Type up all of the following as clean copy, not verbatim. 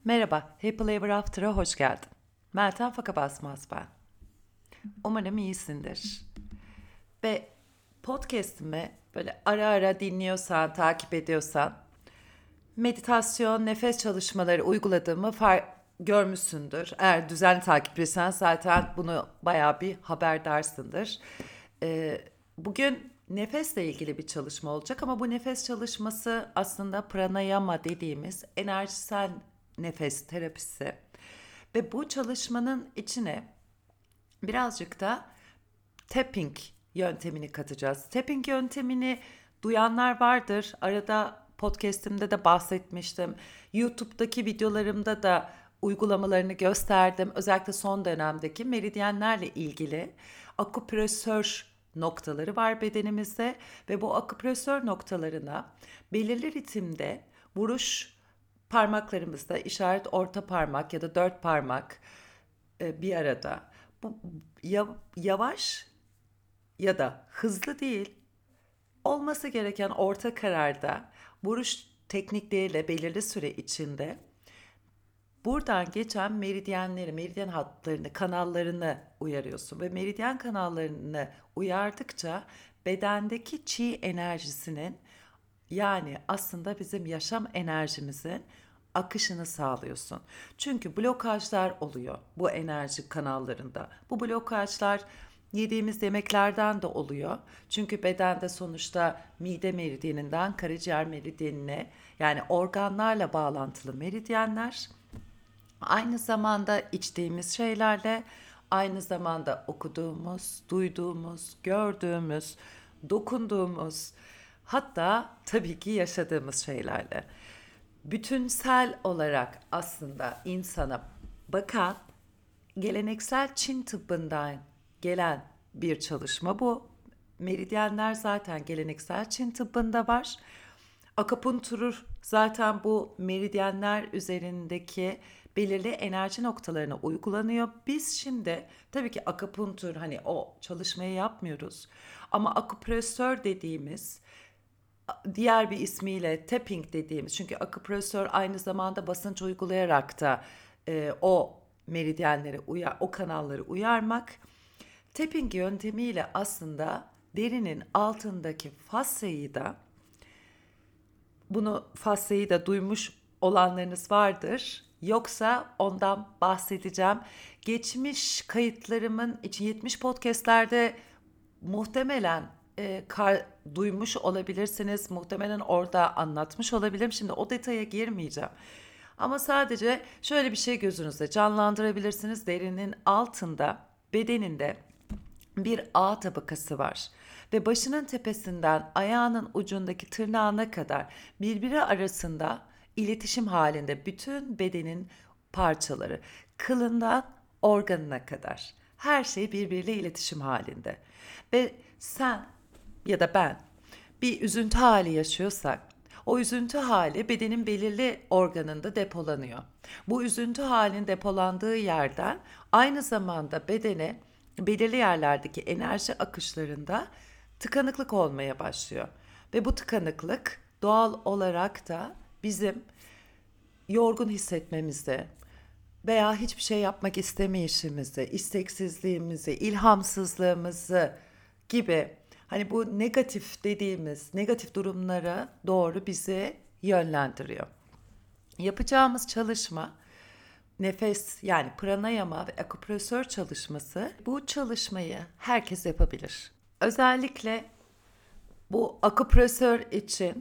Merhaba, Happy Ever After'a hoş geldin. Meltem Faka Basmaz ben. Umarım iyisindir. Ve podcast'imi böyle ara ara dinliyorsan, takip ediyorsan, meditasyon, nefes çalışmaları uyguladığımı görmüşsündür. Eğer düzenli takipçiysen zaten bunu bayağı bir haberdarsındır. Ee, Bugün nefesle ilgili bir çalışma olacak ama bu nefes çalışması aslında pranayama dediğimiz enerjisel nefes terapisi. Ve bu çalışmanın içine birazcık da tapping yöntemini katacağız. Tapping yöntemini duyanlar vardır. Arada podcast'imde de bahsetmiştim. YouTube'daki videolarımda da uygulamalarını gösterdim. Özellikle son dönemdeki meridyenlerle ilgili akupresör noktaları var bedenimizde ve bu akupresör noktalarına belirli ritimde vuruş parmaklarımızda işaret orta parmak ya da dört parmak bir arada. Bu yavaş ya da hızlı değil, olması gereken orta kararda vuruş teknikleriyle belirli süre içinde buradan geçen meridyenleri, meridyen hatlarını, kanallarını uyarıyorsun ve meridyen kanallarını uyardıkça bedendeki çi enerjisinin, yani aslında bizim yaşam enerjimizin akışını sağlıyorsun. Çünkü blokajlar oluyor bu enerji kanallarında. Bu blokajlar yediğimiz yemeklerden de oluyor. Çünkü bedende sonuçta mide meridyeninden karaciğer meridyenine, yani organlarla bağlantılı meridyenler, aynı zamanda içtiğimiz şeylerle, aynı zamanda okuduğumuz, duyduğumuz, gördüğümüz, dokunduğumuz, hatta tabii ki yaşadığımız şeylerle. Bütünsel olarak aslında insana bakan geleneksel Çin tıbbından gelen bir çalışma bu. Meridyenler zaten geleneksel Çin tıbbında var. Akupunktur zaten bu meridyenler üzerindeki belirli enerji noktalarına uygulanıyor. Biz şimdi tabii ki akupunktur, hani o çalışmayı yapmıyoruz. Ama akupresör dediğimiz, diğer bir ismiyle tapping dediğimiz, çünkü akupresör aynı zamanda basınç uygulayarak da o meridyenleri o kanalları uyarmak. Tapping yöntemiyle aslında derinin altındaki fasciayı da, bunu fasciayı da duymuş olanlarınız vardır. Yoksa ondan bahsedeceğim. Geçmiş kayıtlarımın için 70 podcastlerde muhtemelen duymuş olabilirsiniz. Muhtemelen orada anlatmış olabilirim. Şimdi o detaya girmeyeceğim. Ama sadece şöyle bir şey gözünüzde canlandırabilirsiniz. Derinin altında, bedeninde bir ağ tabakası var ve başının tepesinden ayağının ucundaki tırnağına kadar birbiri arasında iletişim halinde bütün bedenin parçaları, kılından organına kadar her şey birbiriyle iletişim halinde. Ve sen ya da ben bir üzüntü hali yaşıyorsak, o üzüntü hali bedenin belirli organında depolanıyor. Bu üzüntü halinin depolandığı yerden aynı zamanda bedene belirli yerlerdeki enerji akışlarında tıkanıklık olmaya başlıyor. Ve bu tıkanıklık doğal olarak da bizim yorgun hissetmemizi veya hiçbir şey yapmak istemeyişimizi, isteksizliğimizi, ilhamsızlığımızı gibi, hani bu negatif dediğimiz negatif durumlara doğru bizi yönlendiriyor. Yapacağımız çalışma nefes, yani pranayama ve akupresör çalışması. Bu çalışmayı herkes yapabilir. Özellikle bu akupresör için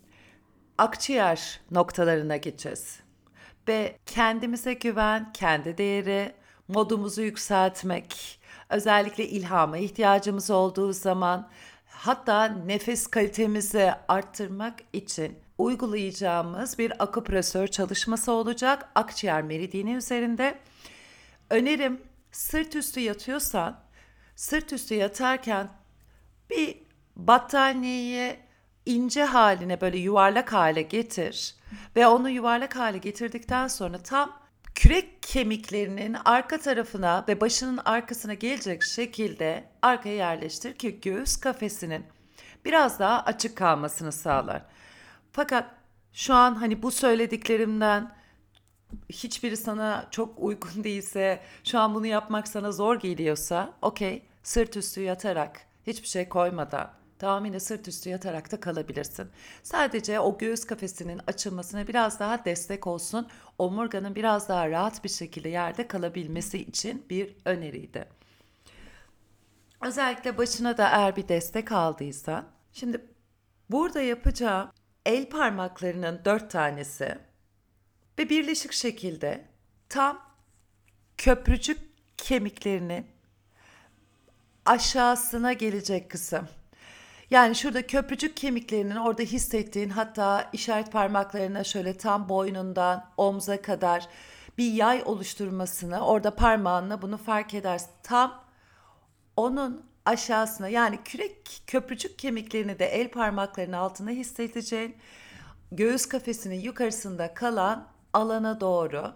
akciğer noktalarına gideceğiz. Ve kendimize güven, kendi değeri, modumuzu yükseltmek, özellikle ilhama ihtiyacımız olduğu zaman, hatta nefes kalitemizi arttırmak için uygulayacağımız bir akupresör çalışması olacak akciğer meridyeni üzerinde. Önerim, sırt üstü yatıyorsan, sırt üstü yatarken bir battaniyeyi ince haline, böyle yuvarlak hale getir ve onu yuvarlak hale getirdikten sonra tam kürek kemiklerinin arka tarafına ve başının arkasına gelecek şekilde arkaya yerleştir ki göğüs kafesinin biraz daha açık kalmasını sağlar. Fakat şu an hani bu söylediklerimden hiçbiri sana çok uygun değilse, şu an bunu yapmak sana zor geliyorsa, okey, sırt üstü yatarak, hiçbir şey koymadan, tamamıyla sırt üstü yatarak da kalabilirsin. Sadece o göğüs kafesinin açılmasına biraz daha destek olsun, omurganın biraz daha rahat bir şekilde yerde kalabilmesi için bir öneriydi. Özellikle başına da eğer bir destek aldıysan, şimdi burada yapacağım el parmaklarının 4 tanesi ve birleşik şekilde tam köprücük kemiklerinin aşağısına gelecek kısım. Yani şurada köprücük kemiklerinin orada hissettiğin, hatta işaret parmaklarına şöyle tam boynundan omza kadar bir yay oluşturmasını, orada parmağınla bunu fark edersin. Tam onun aşağısına, yani kürek köprücük kemiklerini de el parmaklarının altına hissedeceğin, göğüs kafesinin yukarısında kalan alana doğru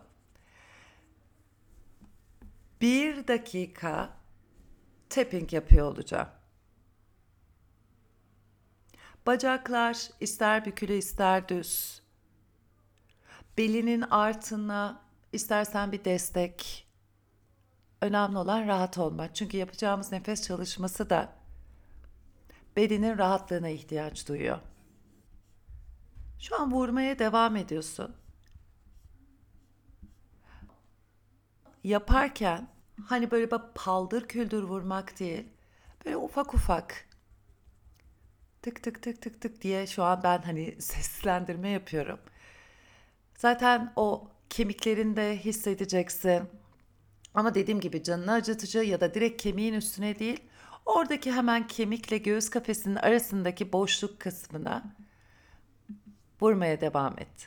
1 dakika tapping yapıyor olacağım. Bacaklar ister bükülü ister düz. Belinin altına istersen bir destek. Önemli olan rahat olmak. Çünkü yapacağımız nefes çalışması da bedenin rahatlığına ihtiyaç duyuyor. Şu an vurmaya devam ediyorsun. Yaparken hani böyle paldır küldür vurmak değil, böyle ufak ufak tık tık tık tık tık diye şu an ben hani seslendirme yapıyorum. Zaten o kemiklerinde hissedeceksin. Ama dediğim gibi canını acıtıcı ya da direkt kemiğin üstüne değil, oradaki hemen kemikle göğüs kafesinin arasındaki boşluk kısmına vurmaya devam et.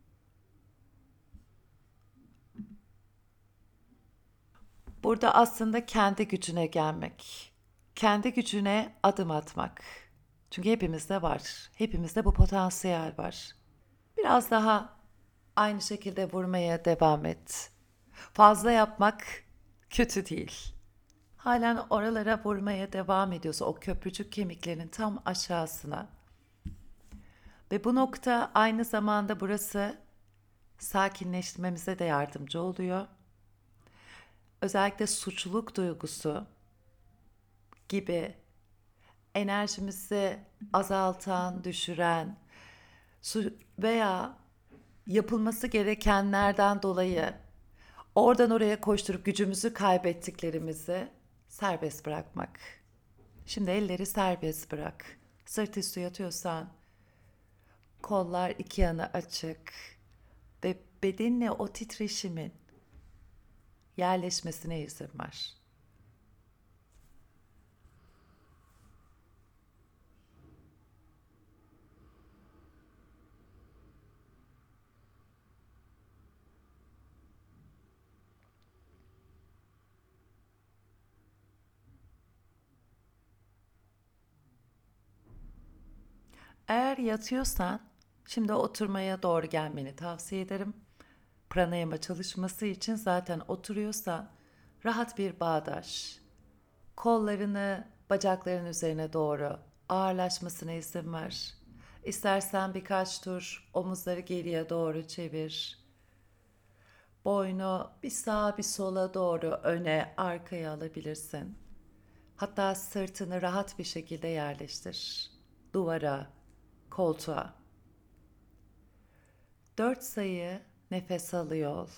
Burada aslında kendi gücüne gelmek, kendi gücüne adım atmak. Çünkü hepimizde var, hepimizde bu potansiyel var. Biraz daha aynı şekilde vurmaya devam et. Fazla yapmak kötü değil. Halen oralara vurmaya devam ediyorsa, o köprücük kemiklerinin tam aşağısına. Ve bu nokta aynı zamanda burası sakinleştirmemize de yardımcı oluyor. Özellikle suçluluk duygusu gibi enerjimizi azaltan, düşüren veya yapılması gerekenlerden dolayı oradan oraya koşturup gücümüzü kaybettiklerimizi serbest bırakmak. Şimdi elleri serbest bırak. Sırt üstü yatıyorsan kollar iki yana açık ve bedenle o titreşimin yerleşmesine izin ver. Eğer yatıyorsan şimdi oturmaya doğru gelmeni tavsiye ederim. Pranayama çalışması için zaten oturuyorsan rahat bir bağdaş. Kollarını bacakların üzerine doğru ağırlaşmasına izin ver. İstersen birkaç tur omuzları geriye doğru çevir. Boynu bir sağa bir sola doğru öne arkaya alabilirsin. Hatta sırtını rahat bir şekilde yerleştir. Duvara, koltuğa. 4 sayı nefes alıyor ol.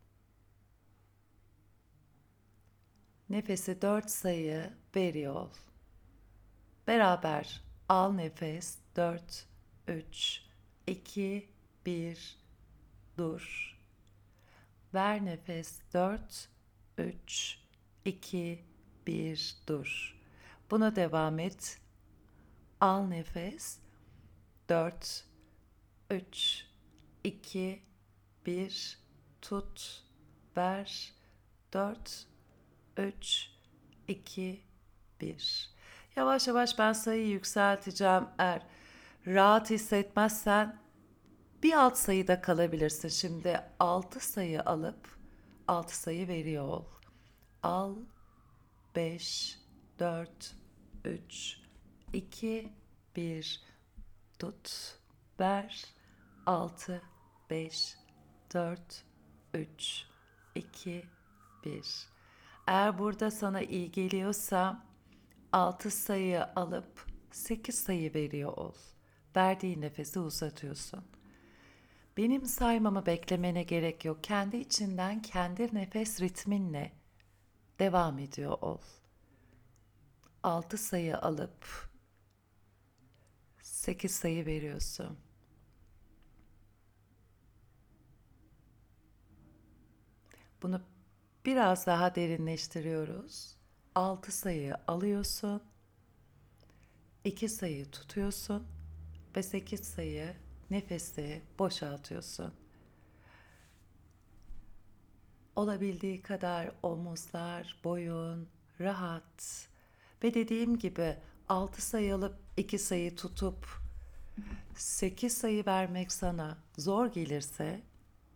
Nefesi 4 sayı veriyor ol. Beraber al nefes. 4, 3, 2, 1, dur. Ver nefes. 4, 3, 2, 1, dur. Buna devam et. Al nefes. 4, 3, 2, 1, tut. Ver. 4, 3, 2, 1. Yavaş yavaş ben sayıyı yükselteceğim. Eğer rahat hissetmezsen bir alt sayıda kalabilirsin. Şimdi 6 sayı alıp 6 sayı veriyor ol. Al, 5, 4, 3, 2, 1, tut, ver, 6, 5, 4, 3, 2, 1. Eğer burada sana iyi geliyorsa 6 sayı alıp 8 sayı veriyor ol. Verdiğin nefesi uzatıyorsun. Benim saymamı beklemene gerek yok. Kendi içinden kendi nefes ritminle devam ediyor ol. 6 sayı alıp 8 sayı veriyorsun. Bunu biraz daha derinleştiriyoruz. 6 sayı alıyorsun, 2 sayı tutuyorsun ve 8 sayı nefesi boşaltıyorsun. Olabildiği kadar omuzlar, boyun rahat. Ve dediğim gibi 6 sayı alıp 2 sayı tutup 8 sayı vermek sana zor gelirse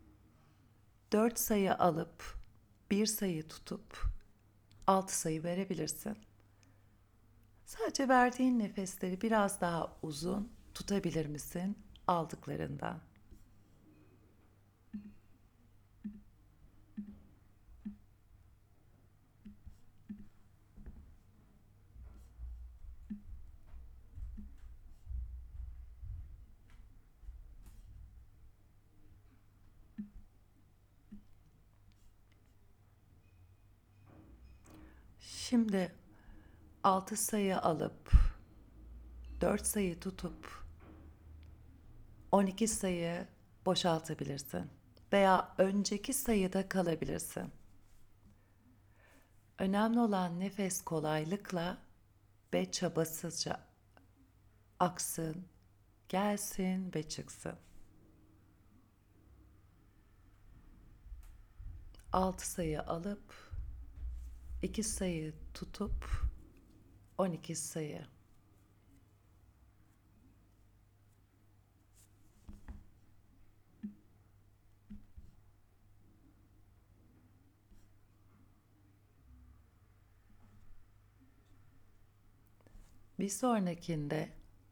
4 sayı alıp 1 sayı tutup 6 sayı verebilirsin. Sadece verdiğin nefesleri biraz daha uzun tutabilir misin aldıklarından? Şimdi 6 sayı alıp 4 sayı tutup 12 sayı boşaltabilirsin veya önceki sayıda kalabilirsin. Önemli olan nefes kolaylıkla ve çabasızca aksın, gelsin ve çıksın. 6 sayı alıp 2 sayı tutup 12 sayı. Bir sonrakinde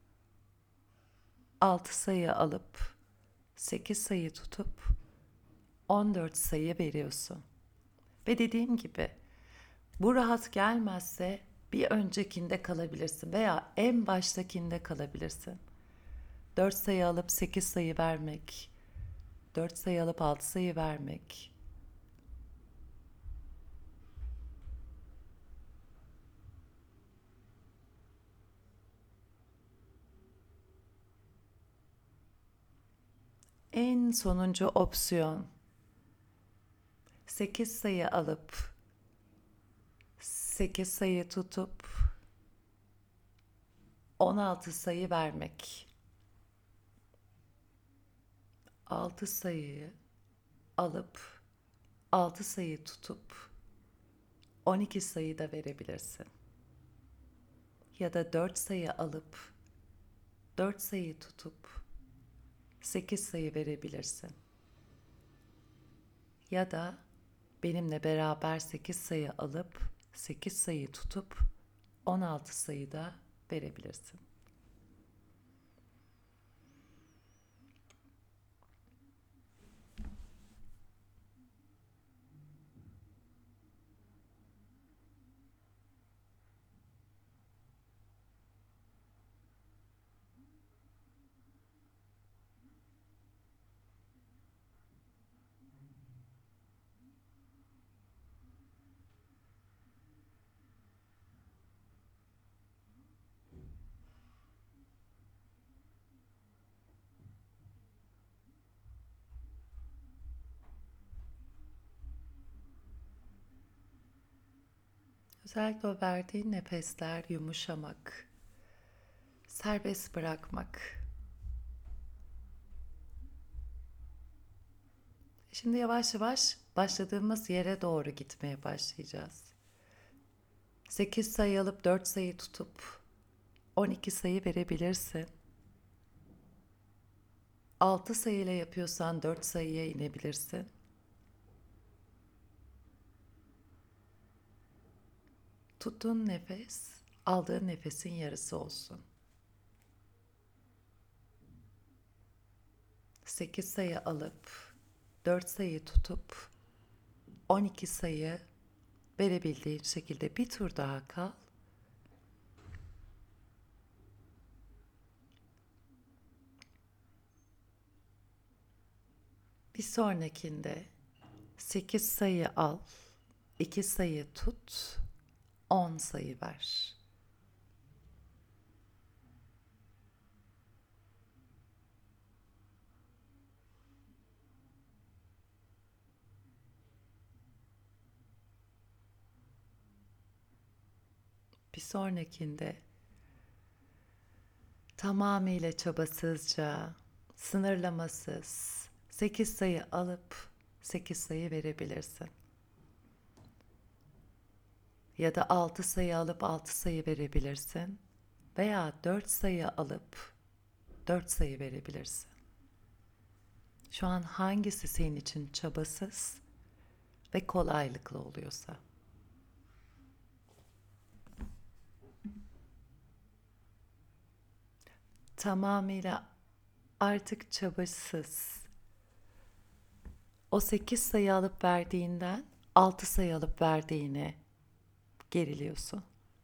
6 sayı alıp 8 sayı tutup 14 sayı veriyorsun. Ve dediğim gibi bu rahat gelmezse bir öncekinde kalabilirsin veya en baştakinde kalabilirsin. 4 sayı alıp 8 sayı vermek, 4 sayı alıp 6 sayı vermek. En sonuncu opsiyon 8 sayı alıp 8 sayı tutup 16 sayı vermek. 6 sayıyı alıp 6 sayı tutup 12 sayı da verebilirsin. Ya da 4 sayı alıp 4 sayı tutup 8 sayı verebilirsin. Ya da benimle beraber 8 sayı alıp 8 sayı tutup 16 sayı da verebilirsin. Özellikle o verdiğin nefesler yumuşamak, serbest bırakmak. Şimdi yavaş yavaş başladığımız yere doğru gitmeye başlayacağız. 8 sayı alıp 4 sayı tutup 12 sayı verebilirsin. 6 sayıyla yapıyorsan 4 sayıya inebilirsin. Tuttuğun nefes, aldığın nefesin yarısı olsun. 8 sayı alıp 4 sayı tutup 12 sayı verebildiğin şekilde bir tur daha kal. Bir sonrakinde 8 sayı al, 2 sayı tut, 10 sayı ver. Bir sonrakinde tamamıyla çabasızca, sınırlamasız 8 sayı alıp 8 sayı verebilirsin. Ya da 6 sayı alıp 6 sayı verebilirsin. Veya 4 sayı alıp 4 sayı verebilirsin. Şu an hangisi senin için çabasız ve kolaylıkla oluyorsa. Tamamıyla artık çabasız. O 8 sayı alıp verdiğinden 6 sayı alıp verdiğine geriliyorsun.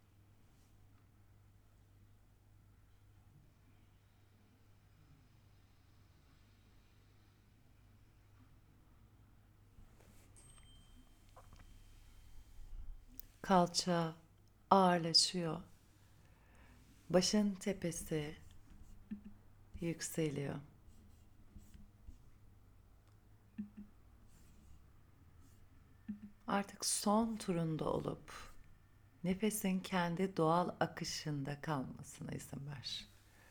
Kalça ağırlaşıyor. Başın tepesi yükseliyor. Artık son turunda olup nefesin kendi doğal akışında kalmasına izin ver.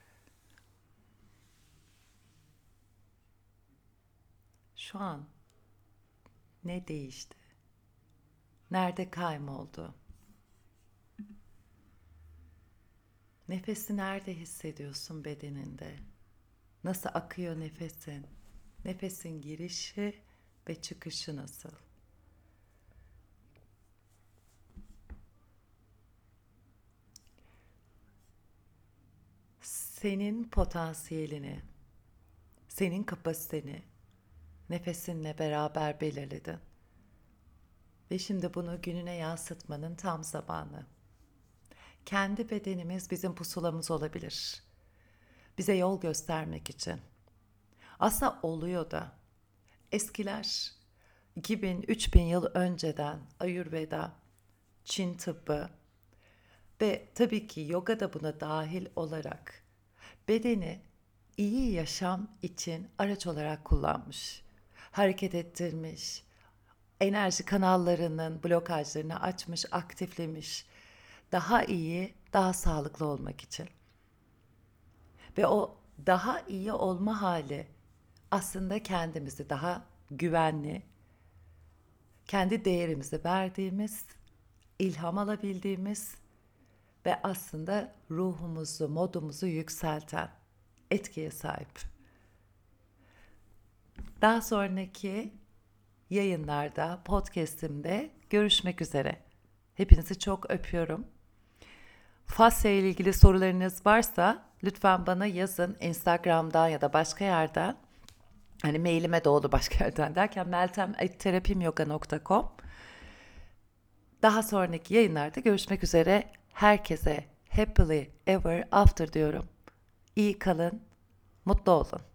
Şu an ne değişti? Nerede kayboldu? Nefesi nerede hissediyorsun bedeninde? Nasıl akıyor nefesin? Nefesin girişi ve çıkışı nasıl? Senin potansiyelini, senin kapasiteni nefesinle beraber belirledin. Ve şimdi bunu gününe yansıtmanın tam zamanı. Kendi bedenimiz bizim pusulamız olabilir. Bize yol göstermek için. Aslında oluyor da. Eskiler 2000-3000 yıl önceden Ayurveda, Çin tıbbı ve tabii ki yoga da buna dahil olarak bedeni iyi yaşam için araç olarak kullanmış. Hareket ettirmiş, enerji kanallarının blokajlarını açmış, aktiflemiş. Daha iyi, daha sağlıklı olmak için. Ve o daha iyi olma hali aslında kendimizi daha güvenli, kendi değerimizi verdiğimiz, ilham alabildiğimiz ve aslında ruhumuzu, modumuzu yükselten etkiye sahip. Daha sonraki yayınlarda, podcast'imde görüşmek üzere. Hepinizi çok öpüyorum. Fasya ile ilgili sorularınız varsa lütfen bana yazın Instagram'dan ya da başka yerden. Hani mailime de oldu başka yerden derken meltem@terapimyoga.com. Daha sonraki yayınlarda görüşmek üzere. Herkese happily ever after diyorum. İyi kalın, mutlu olun.